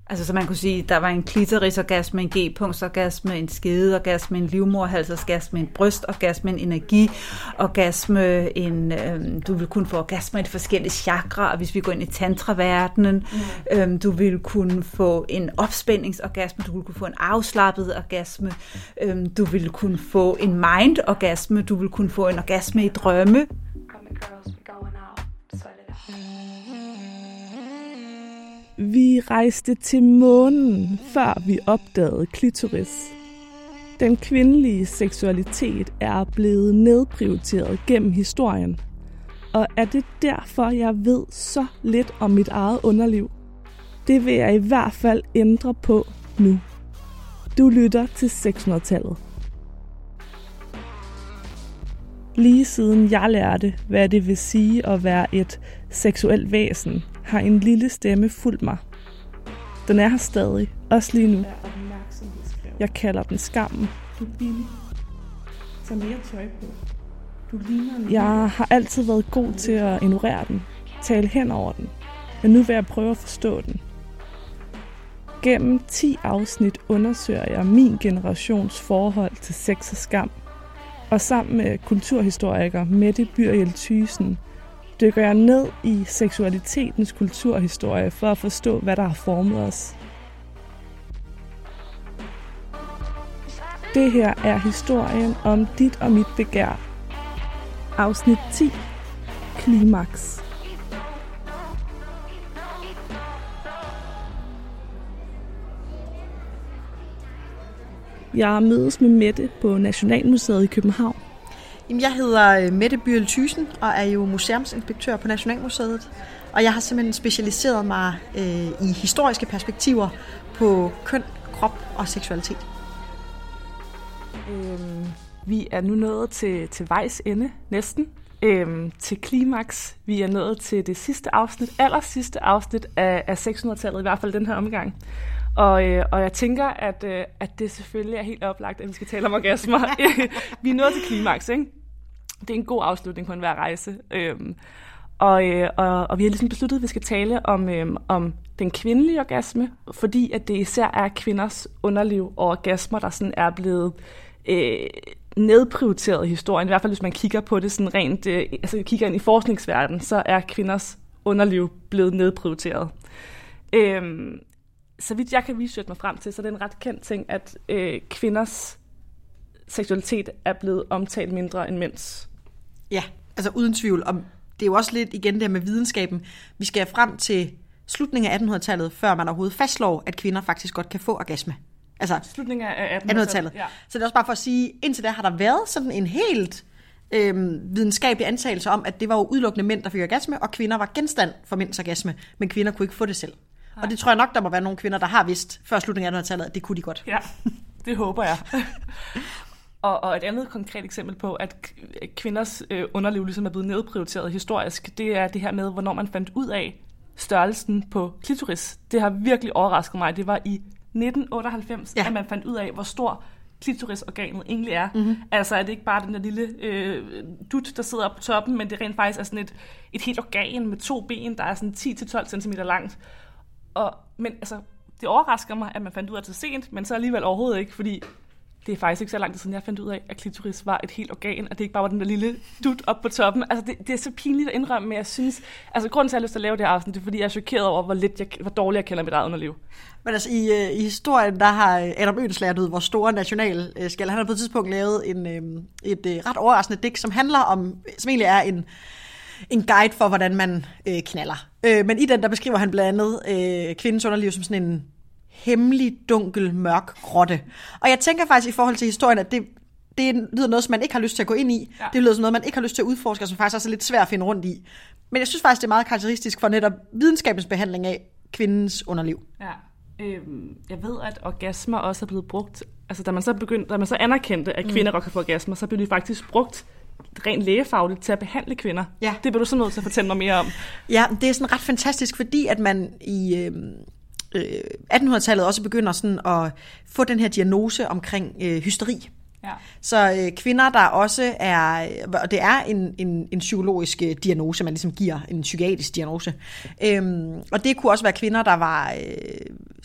Altså, så man kunne sige, der var en klitorisorgasme, en G-punktsorgasme, en skedeorgasme, en livmoderhalsorgasme, en brystorgasme, en energiorgasme, du vil kunne få orgasmer i de forskellige chakra, og hvis vi går ind i tantraverdenen, du vil kunne få en opspændingsorgasme, du vil kunne få en afslappet orgasme, du vil kunne få en mind-orgasme, du vil kunne få en orgasme i drømme. Vi rejste til månen, før vi opdagede klitoris. Den kvindelige seksualitet er blevet nedprioriteret gennem historien. Og er det derfor, jeg ved så lidt om mit eget underliv? Det vil jeg i hvert fald ændre på nu. Du lytter til 600-tallet. Lige siden jeg lærte, hvad det vil sige at være et seksuelt væsen, har en lille stemme fulgt mig. Den er her stadig, også lige nu. Jeg kalder den skammen. Du er billig. Tag mere tøj på. Du ligner. Jeg har altid været god til at ignorere den, tale hen over den, men nu vil jeg prøve at forstå den. Gennem 10 afsnit undersøger jeg min generations forhold til sex og skam, og sammen med kulturhistoriker Mette Byriel Thyssen dykker jeg ned i seksualitetens kulturhistorie for at forstå, hvad der har formet os. Det her er historien om dit og mit begær. Afsnit 10. Klimaks. Jeg mødes med Mette på Nationalmuseet i København. Jeg hedder Mette Byriel Thyssen og er jo museumsinspektør på Nationalmuseet. Og jeg har simpelthen specialiseret mig i historiske perspektiver på køn, krop og seksualitet. Vi er nu nået til vejs ende, næsten. Til klimaks. Vi er nået til det sidste afsnit, allersidste afsnit af 600-tallet, i hvert fald den her omgang. Og jeg tænker, at det selvfølgelig er helt oplagt, at vi skal tale om orgasmer. Vi er nået til klimaks, ikke? Det er en god afslutning på enhver rejse. Og vi har ligesom besluttet, at vi skal tale om den kvindelige orgasme, fordi at det især er kvinders underliv og orgasmer, der sådan er blevet nedprioriteret i historien. I hvert fald, hvis man kigger på det sådan rent, altså kigger ind i forskningsverdenen, så er kvinders underliv blevet nedprioriteret. Så vidt jeg kan researche mig frem til, så er det en ret kendt ting, at kvinders seksualitet er blevet omtalt mindre end mænds. Ja, altså uden tvivl. Og det er jo også lidt igen det med videnskaben. Vi skal frem til slutningen af 1800-tallet, før man overhovedet fastslår, at kvinder faktisk godt kan få orgasme. Altså slutningen af 1800-tallet. Ja. Så det er også bare for at sige, indtil da har der været sådan en helt videnskabelig antagelse om, at det var jo udelukkende mænd, der fik orgasme, og kvinder var genstand for mænds orgasme, men kvinder kunne ikke få det selv. Nej. Og det tror jeg nok, der må være nogle kvinder, der har vidst før slutningen af 1800-tallet, at det kunne de godt. Ja, det håber jeg. Og et andet konkret eksempel på, at kvinders underliv ligesom er blevet nedprioriteret historisk, det er det her med, hvornår man fandt ud af størrelsen på klitoris. Det har virkelig overrasket mig. Det var i 1998, at man fandt ud af, hvor stor klitorisorganet egentlig er. Mm-hmm. Altså er det ikke bare den der lille dut, der sidder på toppen, men det rent faktisk er sådan et helt organ med 2 ben, der er sådan 10-12 cm langt. Men altså, det overrasker mig, at man fandt ud af det så sent, men så alligevel overhovedet ikke, fordi det er faktisk ikke så lang tid siden, jeg fandt ud af, at klitoris var et helt organ, at det ikke bare var den der lille dut op på toppen. Altså, det er så pinligt at indrømme, men jeg synes... Altså, grunden til, at jeg har lyst til at lave det her afsnit, det er, fordi jeg er chokeret over, hvor dårligt jeg kender mit eget underliv. Men altså, i historien, der har Adam Oehlenschläger, hvor store nationalskala, han har på et tidspunkt lavet et ret overraskende digt, som handler om, som egentlig er en guide for, hvordan man knaller. Men i den, der beskriver han blandt andet kvindens underliv som sådan en hemmelig, dunkel, mørk grotte. Og jeg tænker faktisk i forhold til historien, at det lyder noget, som man ikke har lyst til at gå ind i. Ja. Det lyder som noget, man ikke har lyst til at udforske, og som faktisk også er lidt svært at finde rundt i. Men jeg synes faktisk, det er meget karakteristisk for netop videnskabens behandling af kvindens underliv. Ja. Jeg ved, at orgasmer også er blevet brugt. Altså, da man så anerkendte, at kvinder godt kan få orgasmer, så blev de faktisk brugt rent lægefagligt til at behandle kvinder. Ja. Det bliver du så nødt til at fortælle mig mere om. Ja, det er sådan ret fantastisk, fordi at man i 1800-tallet også begynder sådan at få den her diagnose omkring hysteri. Ja. Så kvinder, der også er, og det er en psykologisk diagnose, man ligesom giver, en psykiatrisk diagnose. Og det kunne også være kvinder, der var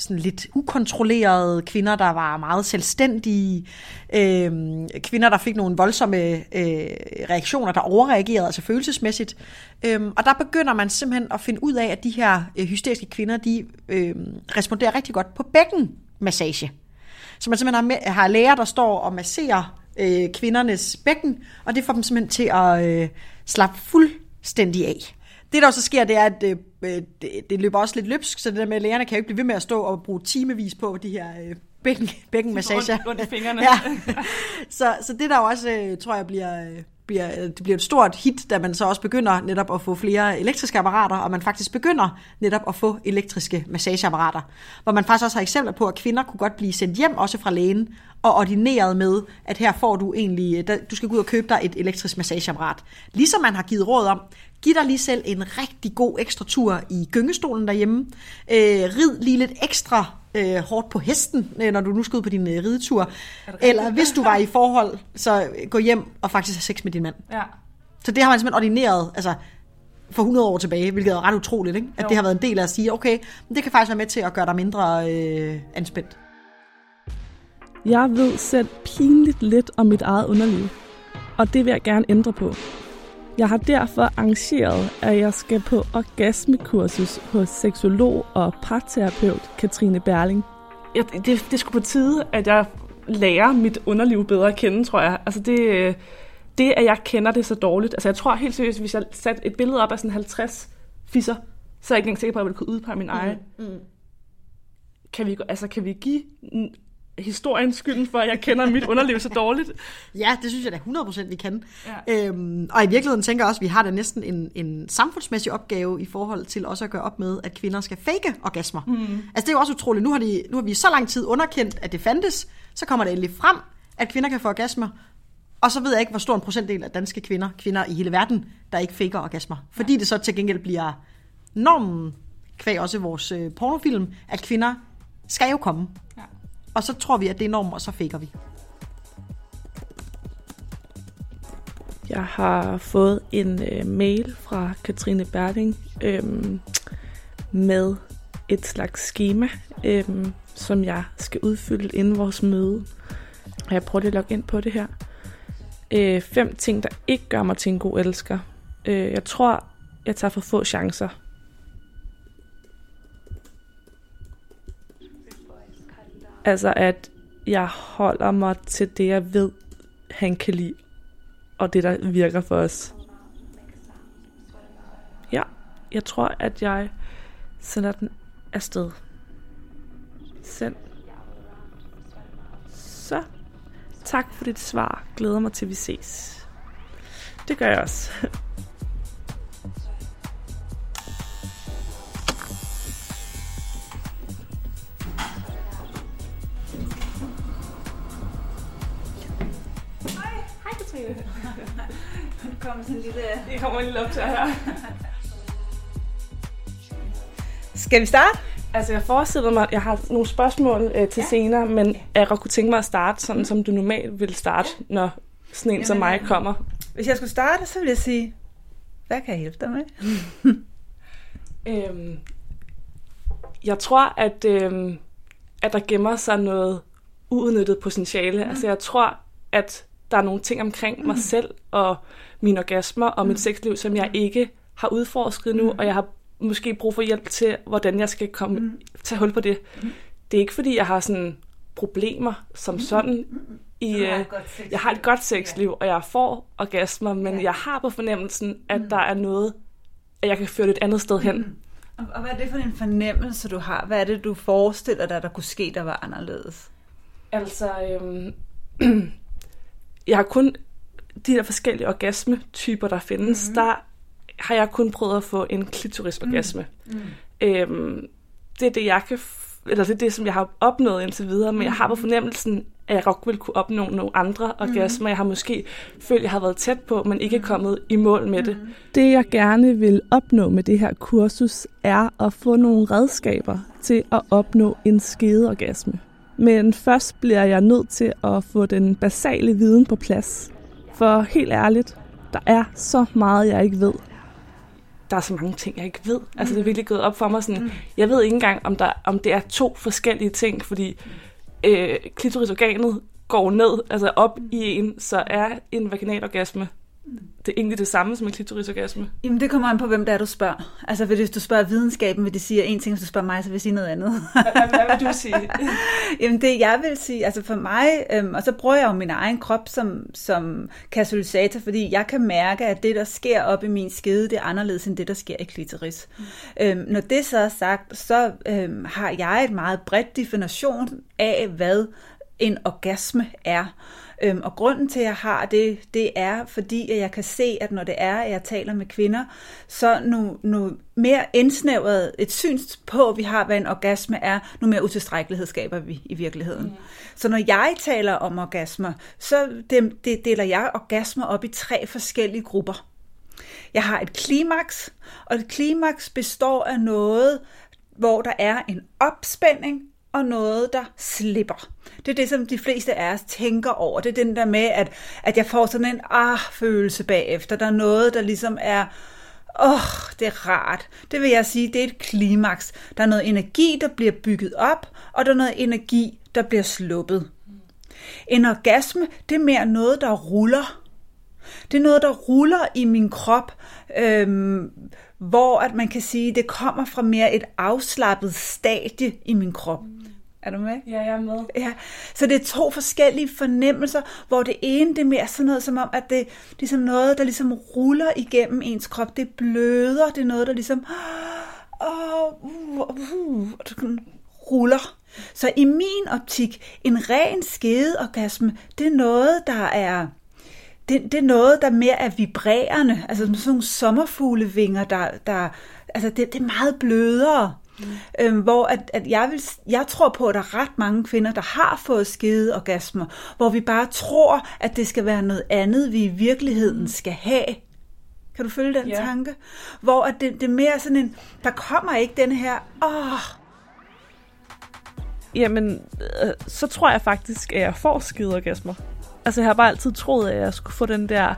sådan lidt ukontrollerede, kvinder, der var meget selvstændige, kvinder, der fik nogle voldsomme reaktioner, der overreagerede, altså følelsesmæssigt. Og der begynder man simpelthen at finde ud af, at de her hysteriske kvinder, de responderer rigtig godt på bækkenmassage. Så man simpelthen har læger, der står og masserer kvindernes bækken, og det får dem simpelthen til at slappe fuldstændig af. Det, der også sker, det er, at det løber også lidt løbsk, så det der med, at lægerne kan jo ikke blive ved med at stå og bruge timevis på de her bækkenmassager. Rundt i fingrene. Ja. Så det der også, tror jeg, det bliver et stort hit, da man så også begynder netop at få flere elektriske apparater, og man faktisk begynder netop at få elektriske massageapparater. Hvor man faktisk også har eksempler på, at kvinder kunne godt blive sendt hjem, også fra lægen, og ordineret med, at her får du egentlig, du skal gå ud og købe dig et elektrisk massageapparat. Ligesom man har givet råd om, giv dig lige selv en rigtig god ekstra tur i gyngestolen derhjemme. Rid lige lidt ekstra hårdt på hesten, når du nu skal ud på din ridetur. Eller hvis du var i forhold, så gå hjem og faktisk have sex med din mand. Ja. Så det har man simpelthen ordineret altså, for 100 år tilbage, hvilket er ret utroligt, ikke? At det har været en del af at sige, okay, men det kan faktisk være med til at gøre dig mindre anspændt. Jeg ved selv pinligt lidt om mit eget underliv, og det vil jeg gerne ændre på. Jeg har derfor arrangeret, at jeg skal på orgasmekursus hos seksolog og parterapeut Katrine Berling. Det er sgu på tide, at jeg lærer mit underliv bedre at kende, tror jeg. Altså det, at jeg kender det så dårligt. Altså jeg tror helt seriøst, hvis jeg satte et billede op af sådan 50 fisser, så er jeg ikke engang sikker på, at jeg ville kunne udpege min egen. Kan vi give historiens skylden for, at jeg kender mit underliv så dårligt? Ja, det synes jeg da 100% vi kan. Ja. Og i virkeligheden tænker jeg også, at vi har da næsten en samfundsmæssig opgave i forhold til også at gøre op med, at kvinder skal fake orgasmer. Altså det er jo også utroligt. Nu har vi så lang tid underkendt, at det fandtes. Så kommer det endelig frem, at kvinder kan få orgasmer. Og så ved jeg ikke, hvor stor en procentdel af danske kvinder i hele verden, der ikke faker orgasmer. Fordi det så til gengæld bliver normen, kvæg også vores pornofilm, at kvinder skal jo komme. Ja. Og så tror vi, at det er normen, og så faker vi. Jeg har fået en mail fra Katrine Berling med et slags schema, som jeg skal udfylde inden vores møde. Og jeg prøver lige at logge ind på det her. 5 ting, der ikke gør mig til en god elsker. Jeg tror, jeg tager for få chancer. Altså, at jeg holder mig til det, jeg ved, han kan lide. Og det, der virker for os. Ja, jeg tror, at jeg sender den afsted. Send. Så. Tak for dit svar. Glæder mig til, vi ses. Det gør jeg også. Det kommer en lille optag her. Skal vi starte? Altså, jeg forestiller mig, at jeg har nogle spørgsmål til senere, men jeg godt kunne tænke mig at starte sådan, som du normalt vil starte, når sådan en som mig kommer. Hvis jeg skulle starte, så ville jeg sige, hvad kan jeg hjælpe dig med? Jeg tror, at der gemmer sig noget uudnyttet potentiale. Altså, jeg tror, at der er nogle ting omkring mig selv og mine orgasmer og mit sexliv, som jeg ikke har udforsket nu, og jeg har måske brug for hjælp til, hvordan jeg skal tage hul på det. Det er ikke, fordi jeg har sådan problemer som sådan. Jeg har et godt sexliv, og jeg får orgasmer, men jeg har på fornemmelsen, at der er noget, at jeg kan føre det et andet sted hen. Og hvad er det for en fornemmelse, du har? Hvad er det, du forestiller dig, der kunne ske, der var anderledes? Altså, jeg har kun de der forskellige orgasmetyper, der findes. Der har jeg kun prøvet at få en klitorisorgasme. Det er det, jeg kan, eller det er det, som jeg har opnået indtil videre, men jeg har på fornemmelsen, at jeg godt ville kunne opnå nogle andre orgasmer. Jeg har måske følt, at jeg har været tæt på, men ikke kommet i mål med det. Det, jeg gerne vil opnå med det her kursus, er at få nogle redskaber til at opnå en skedeorgasme. Men først bliver jeg nødt til at få den basale viden på plads. For helt ærligt, der er så meget, jeg ikke ved. der er så mange ting, jeg ikke ved. Altså det er virkelig gået op for mig sådan, jeg ved ikke engang, om det er 2 forskellige ting, fordi klitorisorganet går ned, altså op i en, så er en vaginalorgasme det er egentlig det samme som en klitorisorgasme. Jamen det kommer an på, hvem det er, du spørger. Altså hvis du spørger videnskaben, vil de sige en ting, hvis du spørger mig, så vil jeg sige noget andet. Hvad vil du sige? Jamen det jeg vil sige, altså for mig, og så bruger jeg jo min egen krop som katalysator, fordi jeg kan mærke, at det, der sker op i min skede, det er anderledes end det, der sker i klitoris. Når det så er sagt, så har jeg et meget bredt definition af, hvad en orgasme er. Og grunden til, at jeg har det er, fordi at jeg kan se, at når det er, at jeg taler med kvinder, så nu mere indsnævret et syn på, at vi har, hvad en orgasme er, nu mere utilstrækkelighed skaber vi i virkeligheden. Så når jeg taler om orgasmer, så deler jeg orgasmer op i 3 forskellige grupper. Jeg har et klimaks, og et klimaks består af noget, hvor der er en opspænding, og noget, der slipper. Det er det, som de fleste af os tænker over. Det er den der med, at jeg får sådan en følelse bagefter. Der er noget, der ligesom er, det er rart. Det vil jeg sige, det er et klimaks. Der er noget energi, der bliver bygget op, og der er noget energi, der bliver sluppet. En orgasme, det er mere noget, der ruller. Det er noget, der ruller i min krop, hvor at man kan sige, det kommer fra mere et afslappet stadie i min krop. Er du med? Ja, jeg er med. Ja. Så det er 2 forskellige fornemmelser, hvor det ene, det er mere sådan noget, som om, at det er ligesom noget, der ligesom ruller igennem ens krop. Det bløder, det er noget, der ligesom ruller. Så i min optik, en ren skedeorgasme, det er noget, der er... Det er noget, der mere er vibrerende, altså sådan nogle sommerfuglevinger, der altså det er meget blødere. Hvor at jeg tror på, at der er ret mange kvinder, der har fået skedeorgasmer, hvor vi bare tror, at det skal være noget andet, vi i virkeligheden skal have. Kan du følge den tanke? Hvor at det er mere sådan en, der kommer ikke den her, Jamen, så tror jeg faktisk, at jeg får skedeorgasmer. Altså, jeg har bare altid troet, at jeg skulle få den der...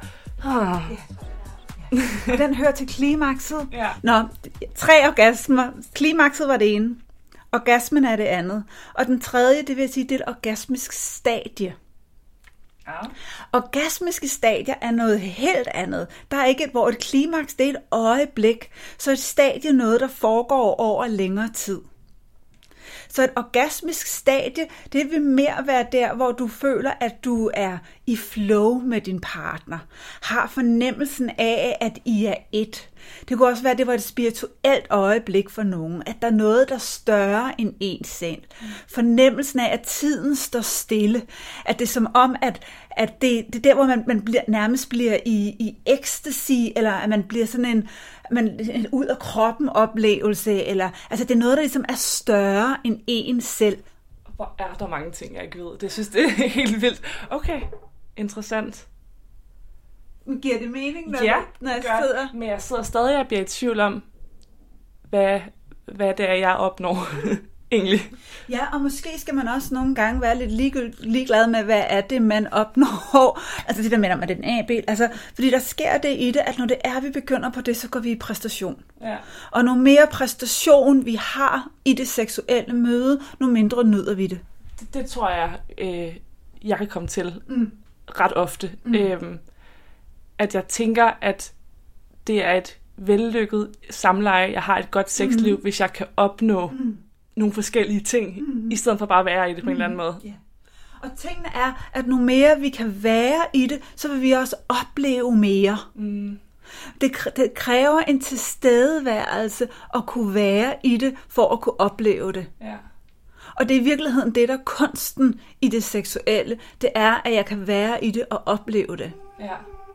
Og den hører til klimakset. Ja. Nå, 3 orgasmer. Klimakset var det ene. Orgasmen er det andet. Og den tredje, det vil sige, det er et orgasmisk stadie. Ja. Orgasmiske stadier er noget helt andet. Der er ikke hvor et klimaks, det er et øjeblik. Så et stadie er noget, der foregår over længere tid. Så et orgasmisk stadie, det vil mere være der, hvor du føler, at du er i flow med din partner. Har fornemmelsen af, at I er et. Det kunne også være, at det var et spirituelt øjeblik for nogen. At der er noget, der er større end en selv. Fornemmelsen af, at tiden står stille. At det er som om, at det er der, hvor man nærmest bliver i ecstasy, eller at man bliver sådan en ud af kroppen oplevelse, eller altså det er noget, der ligesom er større end en selv. Hvor er der mange ting, jeg ikke ved. Det synes det er helt vildt. Okay, interessant. Giver det mening, når jeg sidder? Men jeg sidder stadig og bliver i tvivl om, hvad det er, jeg opnår. Egentlig. Ja, og måske skal man også nogle gange være lidt ligeglad med, hvad er det, man opnår. Altså det der med, at det er en A-bil. Altså, fordi der sker det i det, at når det er, vi begynder på det, så går vi i præstation. Ja. Og nu mere præstation vi har i det seksuelle møde, nu mindre nyder vi det. Det tror jeg, jeg kan komme til ret ofte. At jeg tænker, at det er et vellykket samleje. Jeg har et godt sexliv, hvis jeg kan opnå nogle forskellige ting, i stedet for bare at være i det på en eller anden måde. Yeah. Og tingene er, at nu mere vi kan være i det, så vil vi også opleve mere. Det kræver en tilstedeværelse at kunne være i det, for at kunne opleve det. Ja. Og det er i virkeligheden det, der er kunsten i det seksuelle. Det er, at jeg kan være i det og opleve det. Ja.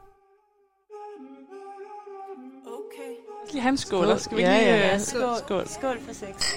Han skåler. Skal vi lige... Skål for sex.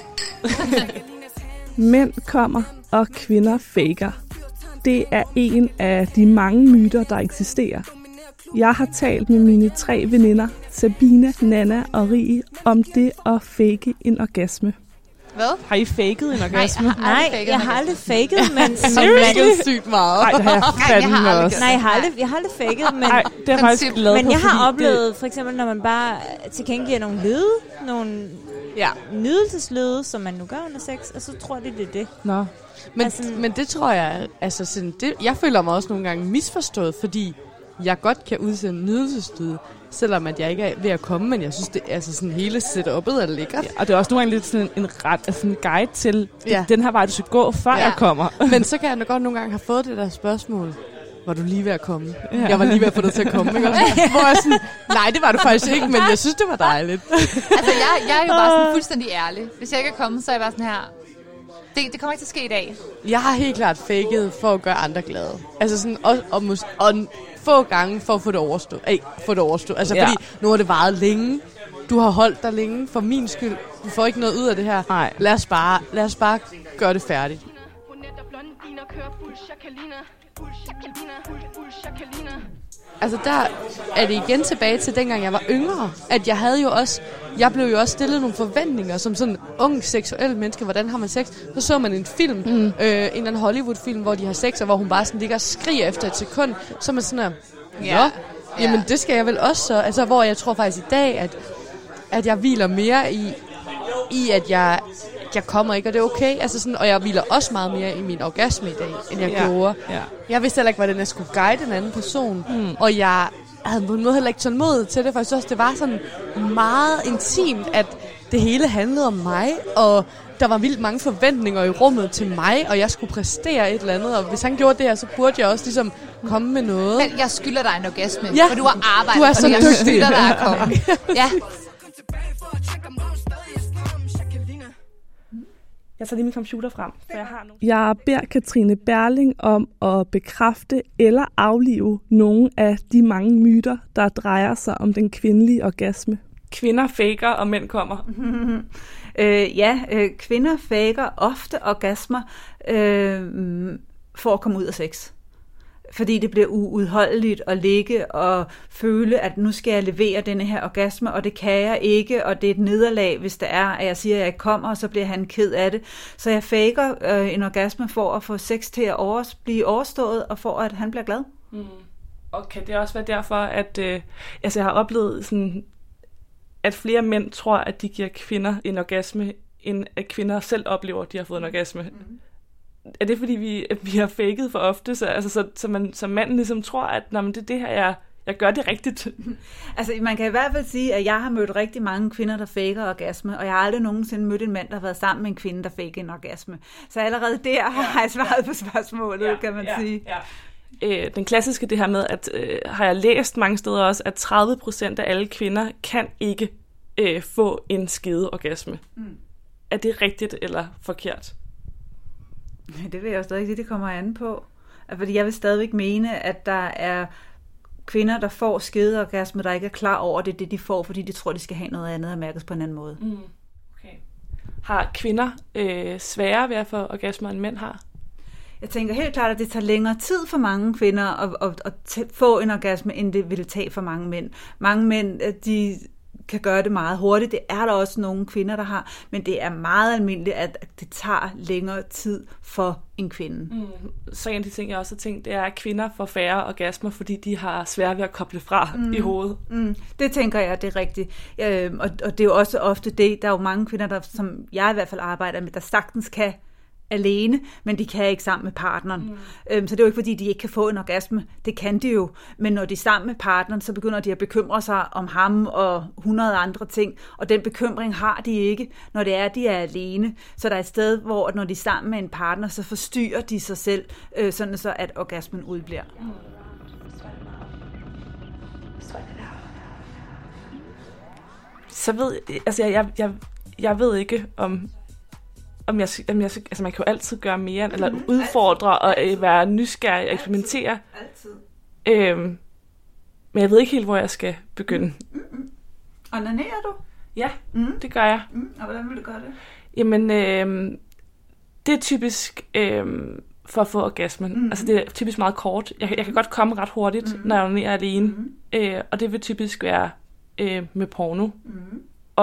Mænd kommer, og kvinder faker. Det er en af de mange myter, der eksisterer. Jeg har talt med mine 3 veninder, Sabine, Nana og Rie, om det at fake en orgasme. Hvad? Har I faked en orgasme? Nej, jeg har aldrig faked, men... Seriously? Sygt meget. Nej, det har jeg fandme også. Nej, jeg har aldrig faked, men... Nej, det er jeg faktisk glad men på, jeg har fordi oplevet, for eksempel, når man bare tilkendegiver nogle lyde, nogle nydelseslyde, som man nu gør under sex, og så tror de, det er det. Nå. Men det tror jeg, altså sådan, jeg føler mig også nogle gange misforstået, fordi jeg godt kan udsende nydelseslyde, selvom at jeg ikke er ved at komme, men jeg synes, det altså sådan hele setup'et er lækkert. Ja, og det er også nogle gange lidt sådan en guide til, den her vej, du skal gå, før jeg kommer. Men så kan jeg godt nogle gange have fået det der spørgsmål, var du lige ved at komme? Ja. Jeg var lige ved at få dig til at komme, ikke også? Hvor jeg sådan, nej, det var du faktisk ikke, men jeg synes, det var dejligt. Altså, jeg er jo bare sådan fuldstændig ærlig. Hvis jeg ikke er kommet, så er jeg bare sådan her, det kommer ikke til at ske i dag. Jeg har helt klart faked for at gøre andre glade. Altså sådan, og få gange for at få det overstået. Altså fordi nu har det varet længe. Du har holdt dig længe for min skyld. Du får ikke noget ud af det her. Nej. Lad os bare gøre det færdigt. Altså der er det igen tilbage til dengang jeg var yngre, at jeg blev jo også stillet nogle forventninger som sådan ung seksuel menneske. Hvordan har man sex? Så man en film, en eller anden Hollywood-film, hvor de har sex, og hvor hun bare sådan ligger og skriger efter et sekund. Så er man sådan jamen det skal jeg vel også så. Altså hvor jeg tror faktisk i dag, at jeg hviler mere i at jeg kommer ikke, og det er okay. Altså sådan, og jeg hviler også meget mere i min orgasme i dag, end jeg gjorde. Ja. Jeg vidste heller ikke, hvordan jeg skulle guide en anden person. Og jeg havde på en måde heller ikke tålmodighed til det, for jeg synes også, det var sådan meget intimt, at det hele handlede om mig, og der var vildt mange forventninger i rummet til mig, og jeg skulle præstere et eller andet, og hvis han gjorde det her, så burde jeg også ligesom komme med noget. Men jeg skylder dig en orgasme, for du har arbejdet du er så for det. Jeg skylder dig at komme. Ja. Jeg tager lige min computer frem, for jeg har nogle. Jeg beder Katrine Berling om at bekræfte eller aflive nogle af de mange myter, der drejer sig om den kvindelige orgasme. Kvinder faker, og mænd kommer. Kvinder faker ofte orgasmer for at komme ud af sex. Fordi det bliver uudholdeligt at ligge og føle, at nu skal jeg levere denne her orgasme, og det kan jeg ikke, og det er et nederlag, hvis det er, at jeg siger, at jeg ikke kommer, og så bliver han ked af det. Så jeg faker en orgasme for at få sex til at blive overstået, og for at han bliver glad. Og kan det også være derfor, at jeg har oplevet sådan, at flere mænd tror, at de giver kvinder en orgasme, end at kvinder selv oplever, at de har fået en orgasme? Er det, fordi vi har faket for ofte, så man som mand ligesom tror, at det er det her, jeg gør det rigtigt? Altså, man kan i hvert fald sige, at jeg har mødt rigtig mange kvinder, der faker orgasme, og jeg har aldrig nogensinde mødt en mand, der har været sammen med en kvinde, der faker en orgasme. Så allerede der har jeg svaret på spørgsmålet, kan man sige. Ja. Den klassiske, det her med, at har jeg læst mange steder også, at 30% af alle kvinder kan ikke få en skede orgasme. Er det rigtigt eller forkert? Det vil jeg jo stadig sige, det kommer an på. Fordi jeg vil stadigvæk mene, at der er kvinder, der får skedeorgasme, der ikke er klar over det, de får, fordi de tror, de skal have noget andet at mærkes på en anden måde. Okay. Har kvinder sværere ved at få orgasmer, end mænd har? Jeg tænker helt klart, at det tager længere tid for mange kvinder at få en orgasme, end det ville tage for mange mænd. Mange mænd, de kan gøre det meget hurtigt. Det er der også nogle kvinder, der har, men det er meget almindeligt, at det tager længere tid for en kvinde. Så en af de ting, jeg også har tænkt, det er, at kvinder får færre orgasmer, fordi de har svært ved at koble fra i hovedet. Det tænker jeg, det er rigtigt. Og det er jo også ofte det, der er jo mange kvinder, der, som jeg i hvert fald arbejder med, der sagtens kan alene, men de kan ikke sammen med partneren. Så det er jo ikke, fordi de ikke kan få en orgasme. Det kan de jo. Men når de er sammen med partneren, så begynder de at bekymre sig om ham og 100 andre ting. Og den bekymring har de ikke, når det er, at de er alene. Så der er et sted, hvor når de er sammen med en partner, så forstyrrer de sig selv, sådan så at orgasmen udbliver. Så jeg ved ikke om man kan jo altid gøre mere, eller udfordre og være nysgerrig og eksperimentere. Altid. Men jeg ved ikke helt, hvor jeg skal begynde. Onanerer du? Ja, det gør jeg. Og hvordan vil du gøre det? Jamen, det er typisk for at få orgasmen. Altså, det er typisk meget kort. Jeg kan godt komme ret hurtigt, når jeg onanerer alene. Og det vil typisk være med porno. Og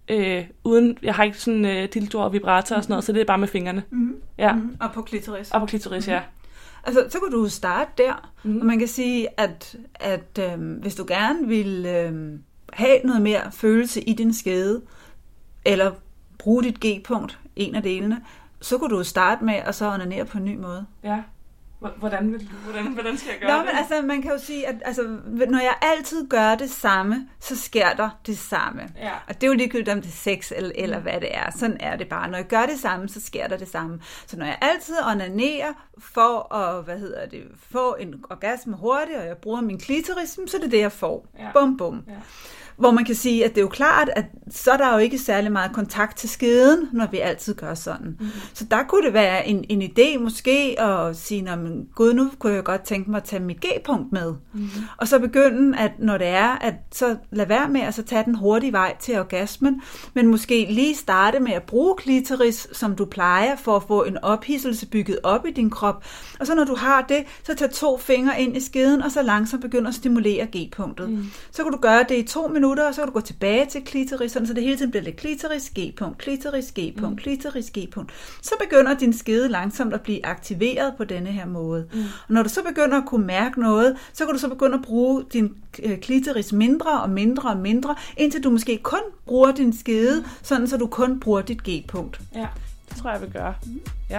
Uden, jeg har ikke sådan dildo og vibrator og sådan noget, så det er bare med fingrene. Ja. Og på klitoris. Og på klitoris, ja. Altså, så kan du starte der, og man kan sige, at hvis du gerne vil have noget mere følelse i din skede, eller bruge dit G-punkt, en af delene, så kunne du starte med at så onanere på en ny måde. Ja. Hvordan skal jeg gøre det? Men altså, man kan jo sige, at altså, når jeg altid gør det samme, så sker der det samme. Ja. Og det er jo ligegyldigt, om det er sex eller hvad det er. Sådan er det bare. Når jeg gør det samme, så sker der det samme. Så når jeg altid onanerer for at, få en orgasme hurtigt, og jeg bruger min klitoris, så er det det, jeg får. Ja. Bum, bum. Ja. Hvor man kan sige, at det er jo klart, at så er der jo ikke særlig meget kontakt til skeden, når vi altid gør sådan. Så der kunne det være en idé måske at sige, gud, nu kunne jeg godt tænke mig at tage mit G-punkt med. Og så begynde, at når det er, at så lad være med at så tage den hurtige vej til orgasmen, men måske lige starte med at bruge klitoris, som du plejer, for at få en ophidselse bygget op i din krop. Og så når du har det, så tag 2 fingre ind i skeden, og så langsomt begynde at stimulere G-punktet. Så kan du gøre det i 2 minutter, og så kan du gå tilbage til klitoris, så det hele tiden bliver lidt klitoris, G-punkt, klitoris, G-punkt, klitoris, G-punkt. Så begynder din skede langsomt at blive aktiveret på denne her måde. Og når du så begynder at kunne mærke noget, så kan du så begynde at bruge din klitoris mindre og mindre og mindre, indtil du måske kun bruger din skede, sådan så du kun bruger dit G-punkt. Ja, det tror jeg vil gøre. Ja.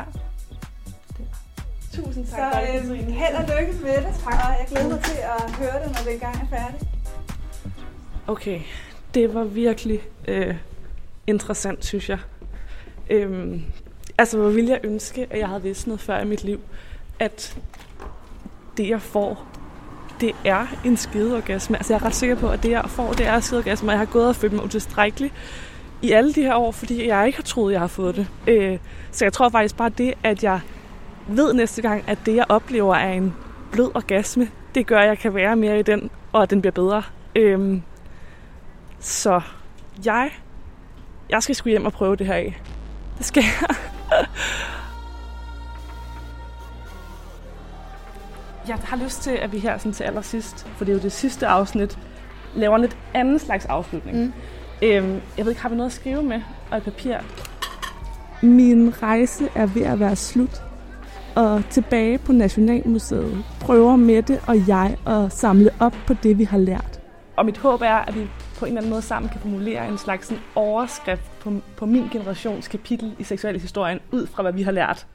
Tusind tak. Så held og lykke med det, og jeg glæder mig til at høre det, når det engang er færdigt. Okay, det var virkelig interessant, synes jeg. Altså, hvor ville jeg ønske, at jeg havde vidst noget før i mit liv, at det, jeg får, det er en skedeorgasme. Altså, jeg er ret sikker på, at det, jeg får, det er en skedeorgasme, og jeg har gået og følt mig utilstrækkelig i alle de her år, fordi jeg ikke har troet, jeg har fået det. Så jeg tror faktisk bare det, at jeg ved næste gang, at det, jeg oplever, er en blød orgasme, det gør, at jeg kan være mere i den, og at den bliver bedre. Så jeg skal sgu hjem og prøve det her af. Det skal jeg. Jeg har lyst til, at vi her sådan til allersidst, for det er jo det sidste afsnit, laver en lidt anden slags afslutning. Jeg ved ikke, har vi noget at skrive med og et papir? Min rejse er ved at være slut, og tilbage på Nationalmuseet prøver Mette og jeg at samle op på det, vi har lært. Og mit håb er, at vi på en eller anden måde sammen kan formulere en slags sådan overskrift på min generations kapitel i seksualhistorien, ud fra hvad vi har lært.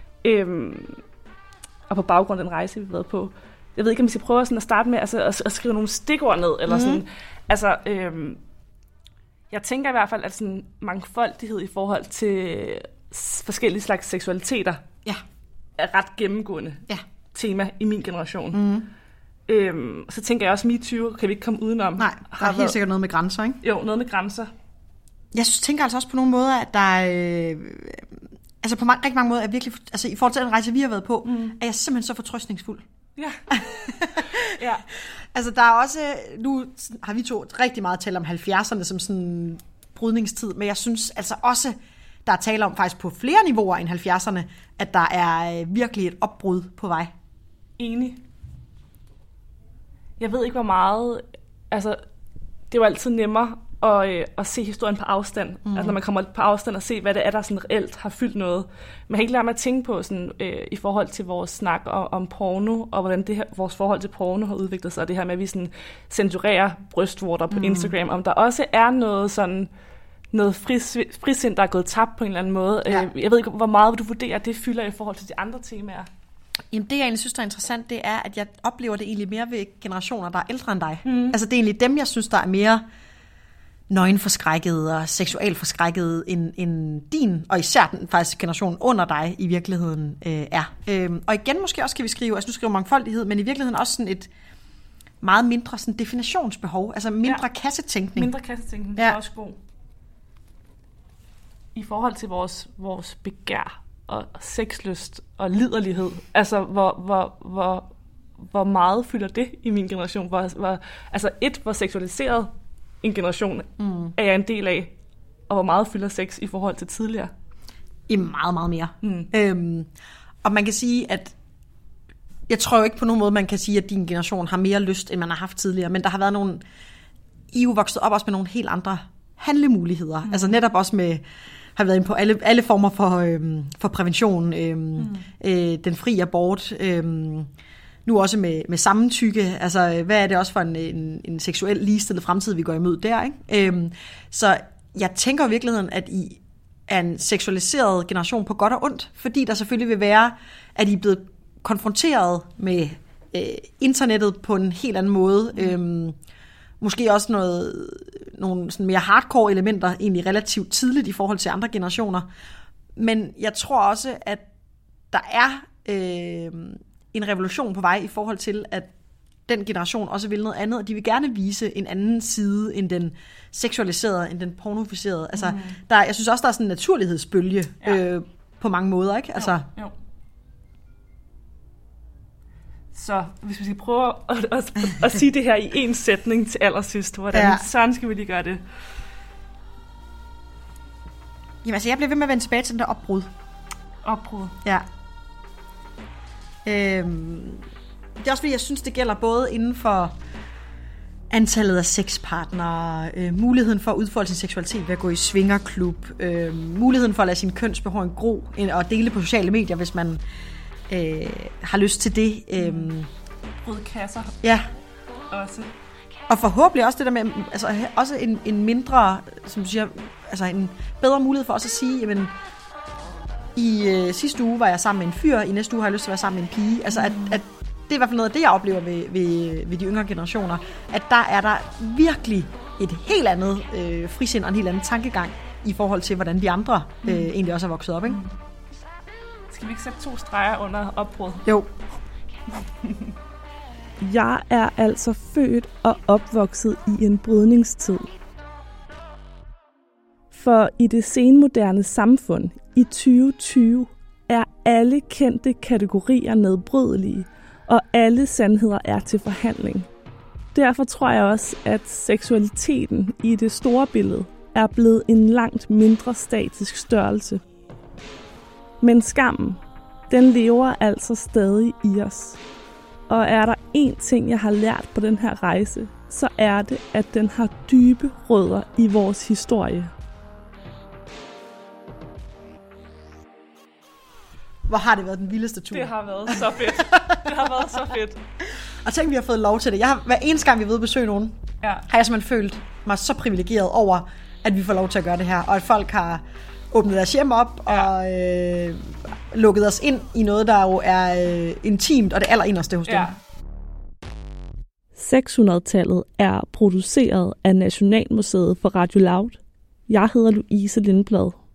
Og på baggrund af den rejse, vi har været på. Jeg ved ikke, om vi skal prøve sådan at starte med altså, at skrive nogle stikord ned. Eller sådan. Altså, jeg tænker i hvert fald, at sådan mangfoldighed i forhold til forskellige slags seksualiteter er ret gennemgående tema i min generation. Så tænker jeg også, MeToo kan vi ikke komme udenom. Nej, der er helt sikkert noget med grænser, ikke? Jo, noget med grænser. Jeg tænker altså også på nogle måder, at der altså på rigtig mange måder er virkelig, altså i forhold til den rejse, vi har været på, er jeg simpelthen så fortrøstningsfuld. Ja. Ja. Altså der er også, nu har vi to rigtig meget talt om 70'erne som sådan brydningstid, men jeg synes altså også, der er tale om faktisk på flere niveauer end 70'erne, at der er virkelig et opbrud på vej. Enig. Jeg ved ikke, hvor meget, altså det er jo altid nemmere at se historien på afstand. Altså når man kommer på afstand og se, hvad det er, der sådan reelt har fyldt noget. Man kan ikke lade mig at tænke på sådan, i forhold til vores snak om porno, og hvordan det her, vores forhold til porno har udviklet sig, og det her med, at vi sådan censurerer brystvorter på Instagram, om der også er noget sådan, noget frisind, der er gået tabt på en eller anden måde. Ja. Jeg ved ikke, hvor meget du vurderer, det fylder i forhold til de andre temaer. Jamen det, jeg egentlig synes, der er interessant, det er, at jeg oplever det egentlig mere ved generationer, der er ældre end dig. Altså det er egentlig dem, jeg synes, der er mere nøgenforskrækket og seksualforskrækket end din, og især den faktisk generation under dig i virkeligheden er. Og igen måske også kan vi skrive, altså nu skriver mangfoldighed, men i virkeligheden også sådan et meget mindre sådan definitionsbehov, altså mindre kassetænkning. Mindre kassetænkning, det er også god. I forhold til vores begær og sexlyst og liderlighed, altså hvor meget fylder det i min generation? Hvor seksualiseret en generation er jeg en del af, og hvor meget fylder sex i forhold til tidligere? I meget, meget mere. Og man kan sige, at jeg tror jo ikke på nogen måde, man kan sige, at din generation har mere lyst, end man har haft tidligere, men der har været nogle, I er jo vokset op også med nogle helt andre handlemuligheder. Altså netop også med, har været inde på alle former for prævention, den fri abort, nu også med samtykke. Altså hvad er det også for en seksuel ligestillet fremtid, vi går imod der, ikke? Så jeg tænker i virkeligheden, at I er en seksualiseret generation på godt og ondt, fordi der selvfølgelig vil være, at I er blevet konfronteret med internettet på en helt anden måde. Måske også nogle sådan mere hardcore elementer egentlig relativt tidligt i forhold til andre generationer. Men jeg tror også, at der er en revolution på vej i forhold til, at den generation også vil noget andet, og de vil gerne vise en anden side end den seksualiserede, end den pornoficerede. Altså, jeg synes også, der er sådan en naturlighedsbølge på mange måder, ikke? Altså, jo. Så hvis vi skal prøve at sige det her i en sætning til allersidst, hvordan sådan skal vi lige gøre det? Jamen altså, jeg bliver ved med at vende tilbage til den der opbrud. Opbrud? Ja. Det er også fordi, jeg synes, det gælder både inden for antallet af sexpartnere, muligheden for at udfolde sin seksualitet ved at gå i svingerklub, muligheden for at lade sin kønsbehåring gro og dele på sociale medier, hvis man har lyst til det. Røde kasser. Ja. Også. Og forhåbentlig også det der med, altså også en mindre, som du siger, altså en bedre mulighed for os at sige, jamen, i sidste uge var jeg sammen med en fyr, i næste uge har jeg lyst til at være sammen med en pige. Altså at det er i hvert fald noget af det, jeg oplever ved de yngre generationer, at der er der virkelig et helt andet frisind og en helt anden tankegang i forhold til, hvordan vi andre egentlig også er vokset op, ikke? Skal vi ikke sætte 2 streger under opbrud? Jo. Jeg er altså født og opvokset i en brydningstid. For i det senmoderne samfund i 2020 er alle kendte kategorier nedbrydelige, og alle sandheder er til forhandling. Derfor tror jeg også, at seksualiteten i det store billede er blevet en langt mindre statisk størrelse. Men skammen, den lever altså stadig i os. Og er der én ting, jeg har lært på den her rejse, så er det, at den har dybe rødder i vores historie. Hvor har det været den vildeste tur? Det har været så fedt. Det har været så fedt. Og tænk, vi har fået lov til det. Hver eneste gang, vi er ved at besøge nogen, har jeg simpelthen følt mig så privilegeret over, at vi får lov til at gøre det her. Og at folk har åbnet deres hjem op og lukket os ind i noget, der jo er intimt og det allerinderste hos dem. 600-tallet er produceret af Nationalmuseet for Radio Loud. Jeg hedder Louise Lindblad.